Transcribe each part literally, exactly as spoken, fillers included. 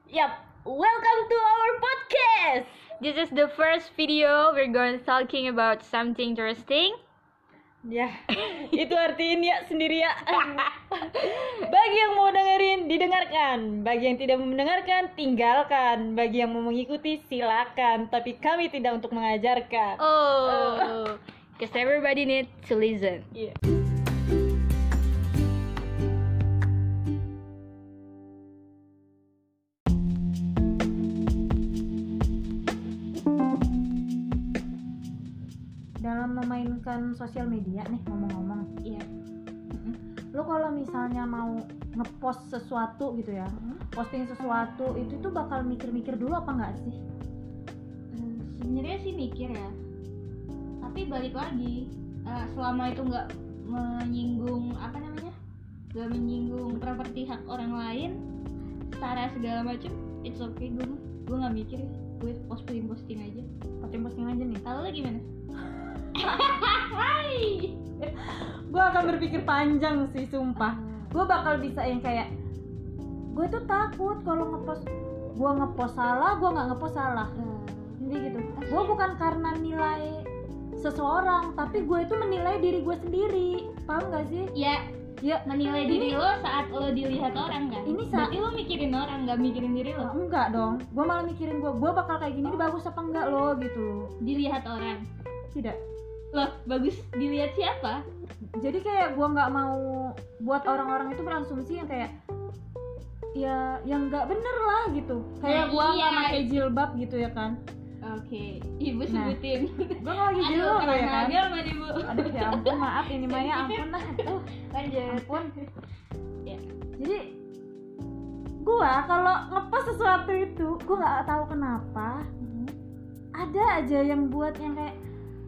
Yep, welcome to our podcast. This is the first video we're going to talking about something interesting. Ya, itu artiin ya sendiri ya. Bagi yang mau dengerin, didengarkan. Bagi yang tidak mau mendengarkan, tinggalkan. Bagi yang mau mengikuti, silakan. Tapi kami tidak untuk mengajarkan. Oh, because everybody need to listen. Iya. Dalam memainkan sosial media nih, ngomong-ngomong, Iya. lo kalau misalnya mau ngepost sesuatu gitu ya, posting sesuatu itu tuh bakal mikir-mikir dulu apa nggak sih? Hmm, sebenarnya sih mikir ya. Tapi balik lagi, uh, selama itu nggak menyinggung apa namanya, nggak menyinggung properti hak orang lain, sara segala macem, it's okay. Gue gue nggak mikir, gue posting posting aja. Posting-posting aja nih. Kalau lo gimana? Hai. Gue akan berpikir panjang sih, sumpah. Gue bakal bisa yang kayak, gue tuh takut kalau ngepost, gue ngepost salah, gue nggak ngepost salah. Jadi gitu. Gue bukan karena nilai seseorang, tapi gue itu menilai diri gue sendiri. Paham gak sih? Ya, Ya, menilai diri lo saat lo dilihat orang kan? Ini saat- Berarti lo mikirin orang, nggak mikirin diri lo. enggak dong. Gue malah mikirin gue, gue bakal kayak gini, ini bagus apa enggak lo gitu loh. Dilihat orang. Tidak. Loh, bagus dilihat siapa? Jadi kayak gue nggak mau buat orang-orang itu berasumsi yang kayak ya yang nggak bener lah gitu. Kayak Nah, gue nggak iya. pakai jilbab gitu ya kan. Oke, ibu Nah. sebutin. Gue nggak pakai Aduh, jilbab ya kena kan. agama nih bu. Aduh ya ampun, maaf ini Maya, ampun lah. Aduh, Lanjut. ampun. Ya. Jadi gue kalau ngepost sesuatu itu, gue nggak tahu kenapa ada aja yang buat yang kayak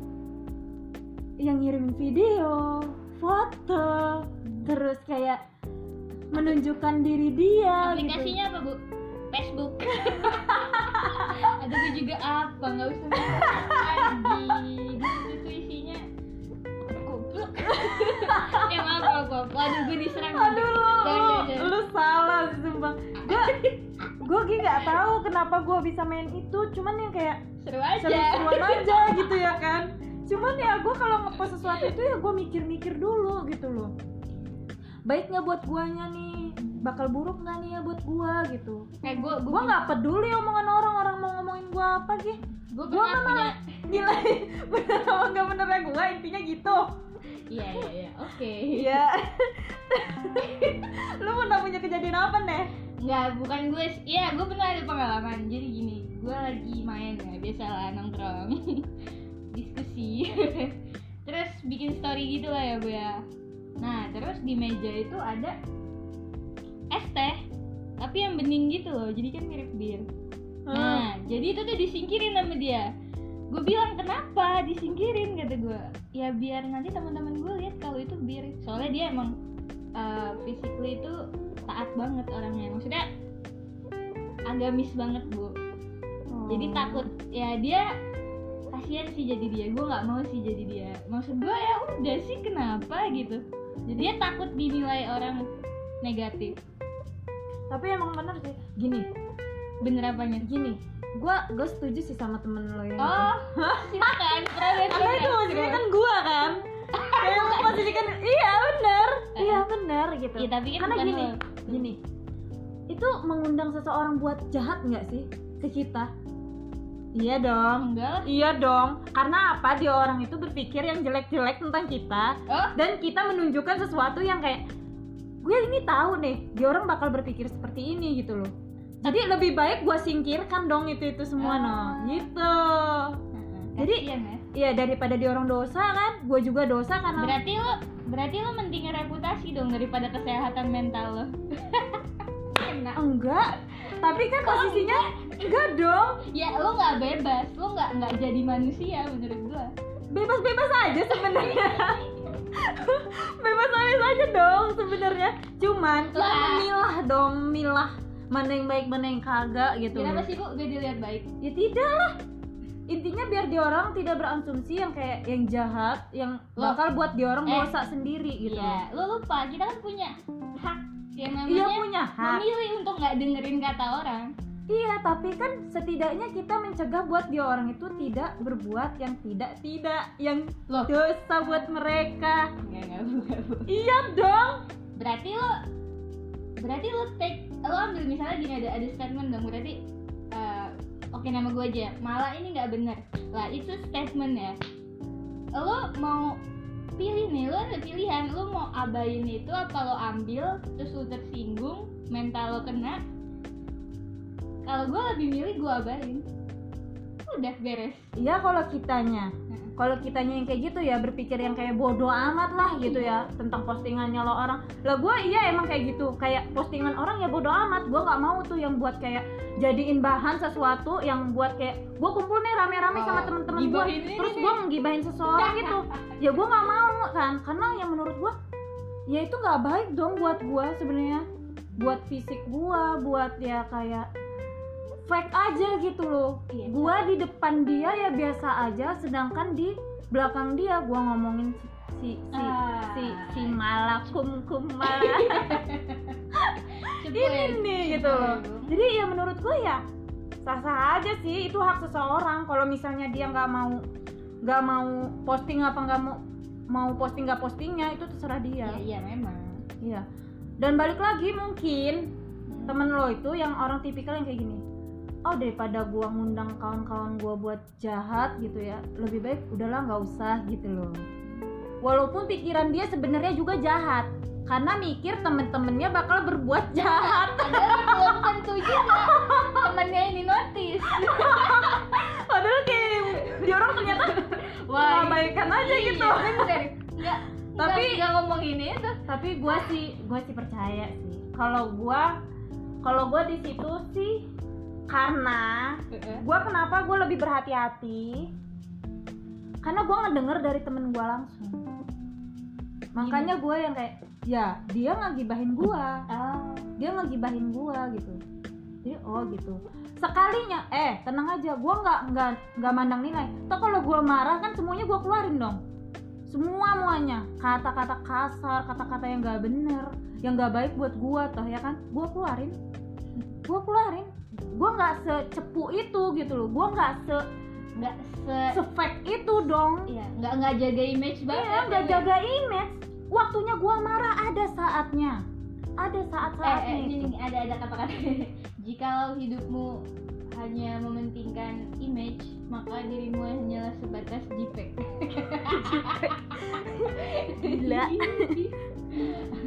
yang ngirimin video, foto, terus kayak menunjukkan diri dia. Aplikasinya apa bu? Facebook. Aduh, gue juga apa? Nggak usah ngomong lagi. Di situ tuh isinya goblok. Ya maaf maaf maaf. Aduh, gue diserang. Gitu. Aduh lu, Jangan, lu, jangan, jangan. lu salah sumpah. Gue gue gini nggak tahu kenapa gue bisa main itu, cuman yang kayak Seru aja. seru-seruan aja gitu ya kan. Cuman ya gue kalau ngepost sesuatu itu ya gue mikir-mikir dulu gitu loh. Baik nggak buat guanya nih, bakal buruk nggak nih ya buat gua gitu. Kayak gue Gue nggak peduli omongan orang, orang mau ngomongin gua apa sih. gue Gue pernah punya. nilai bener apa nggak benernya gue, intinya gitu. Iya iya iya. Oke. Iya. Lu pernah punya kejadian apa nih? Nggak, bukan gue. Iya, gue pernah ada pengalaman. Jadi gini, gue lagi main ya, biasalah nongkrong, diskusi, terus bikin story gitu lah ya bu ya. Nah, terus di meja itu ada es teh, tapi yang bening gitu loh, jadi kan mirip bir. Nah, jadi itu tuh disingkirin sama dia. Gue bilang, kenapa disingkirin, kata gue. Ya biar nanti teman-teman gue lihat kalau itu bir. Soalnya dia emang uh, physically itu taat banget orangnya. Maksudnya agamis banget bu. Jadi takut ya dia, kasihan sih jadi dia. Gue nggak mau sih jadi dia. Maksud gue ya udah sih, kenapa gitu. Jadi dia takut dinilai orang negatif. Tapi emang bener sih. Gini, Bener apanya? gini. Gue gue setuju sih sama temen lo yang Oh, silakan. Private karena itu maksudnya kan gue kan. Kayak lu posisi kan, iya bener, iya bener gitu. Iya, tapi kan karena bukan gini, lo. gini. Itu mengundang seseorang buat jahat nggak sih ke kita? Iya dong. Enggak lah. Iya dong. Karena apa? Dia orang itu berpikir yang jelek-jelek tentang kita, Oh, dan kita menunjukkan sesuatu yang kayak, gue ini tahu nih, dia orang bakal berpikir seperti ini gitu loh. Jadi lebih baik gue singkirkan dong itu itu semua Ah. no, gitu. Jadi kasihan ya. iya, daripada dia orang dosa kan, gue juga dosa karena Berarti lo, berarti lo mentingin reputasi dong daripada kesehatan mental lo. Enak. enggak. Tapi kan posisinya enggak dong. Ya lo nggak bebas, lo nggak nggak jadi manusia menurut gua. Bebas-bebas aja sebenarnya. Bebas-bebas aja dong sebenarnya. Cuman kita Lah. memilah dong, milah mana yang baik mana yang kagak gitu. Kenapa sih bu gak dilihat baik? Ya tidak lah. Intinya biar dia orang tidak berasumsi yang kayak yang jahat, yang Loh. bakal buat dia orang Eh. dosa sendiri gitu. Iya, lo lupa kita kan punya hak yang namanya Iya punya hak. memilih untuk nggak dengerin kata orang. Iya, tapi kan setidaknya kita mencegah buat dia orang itu tidak berbuat yang tidak-tidak, yang Loh. dosa buat mereka. Enggak, enggak, enggak, enggak. Iya dong. Berarti lo berarti lo take lo ambil misalnya gini, ada ada statement dong, berarti uh, oke nama gue aja, malah ini nggak benar lah, itu statement ya. Lo mau pilih nih, lo ada pilihan, lo mau abain itu apa lo ambil terus lo tersinggung, mental lo kena. Kalau gue lebih milih gue abain, udah beres. Iya kalau kitanya, kalau kitanya yang kayak gitu ya, berpikir yang kayak bodoh amat lah gitu ya tentang postingannya lo orang. Lah gue iya emang kayak gitu, kayak postingan orang ya bodoh amat. Gue nggak mau tuh yang buat kayak jadiin bahan sesuatu yang buat kayak gue kumpul nih rame-rame Oh, sama temen-temen gue, gibahin ini terus nih. gue ngegibahin seseorang gitu. Ya gue nggak mau kan, karena yang menurut gue ya itu nggak baik dong buat gue sebenarnya, buat fisik gue, buat ya kayak fake aja gitu loh. Iya. Gua di depan dia ya biasa aja, sedangkan di belakang dia gua ngomongin si si Ah. si si malakum kum malah ini nih gitu loh. Jadi ya menurut gua ya sah-sah aja sih, itu hak seseorang. Kalau misalnya dia nggak mau nggak mau posting apa nggak mau mau posting nggak postingnya, itu terserah dia. Iya, iya memang. Iya. Dan balik lagi mungkin temen lo itu yang orang tipikal yang kayak gini, oh daripada gua ngundang kawan-kawan gua buat jahat gitu ya, lebih baik udahlah nggak usah gitu loh. Walaupun pikiran dia sebenarnya juga jahat, karena mikir temen-temennya bakal berbuat jahat. Padahal belum tentu juga temennya ini notice. Padahal kayak dia orang ternyata mengabaikan aja iya, gitu. Bener. Nggak, Tapi nggak, nggak ngomong ini itu. tapi gua sih gua sih percaya sih. Kalau gua kalau gua di situ sih, karena gue kenapa gue lebih berhati-hati, karena gue ngedenger dari temen gue langsung. Makanya gue yang kayak ya dia ngegibahin gue, Oh. dia ngegibahin gue gitu. Jadi oh gitu, sekalinya eh tenang aja, gue nggak nggak nggak mandang nilai. Toh kalau gue marah kan semuanya gue keluarin dong, semua muanya, kata-kata kasar, kata-kata yang nggak bener, yang nggak baik buat gue toh ya kan, gue keluarin gue keluarin gue nggak secepu itu gitu loh, gue nggak se Nggak se se-fake itu dong. Iya, nggak nggak jaga image banget. Iya, nggak jaga image. Waktunya gue marah ada saatnya, ada Eh, saat-saatnya eh, ini, itu. ini ada ada kata-kata. Jikalau hidupmu hanya mementingkan image, maka dirimu hanyalah sebatas J P E G. Gila.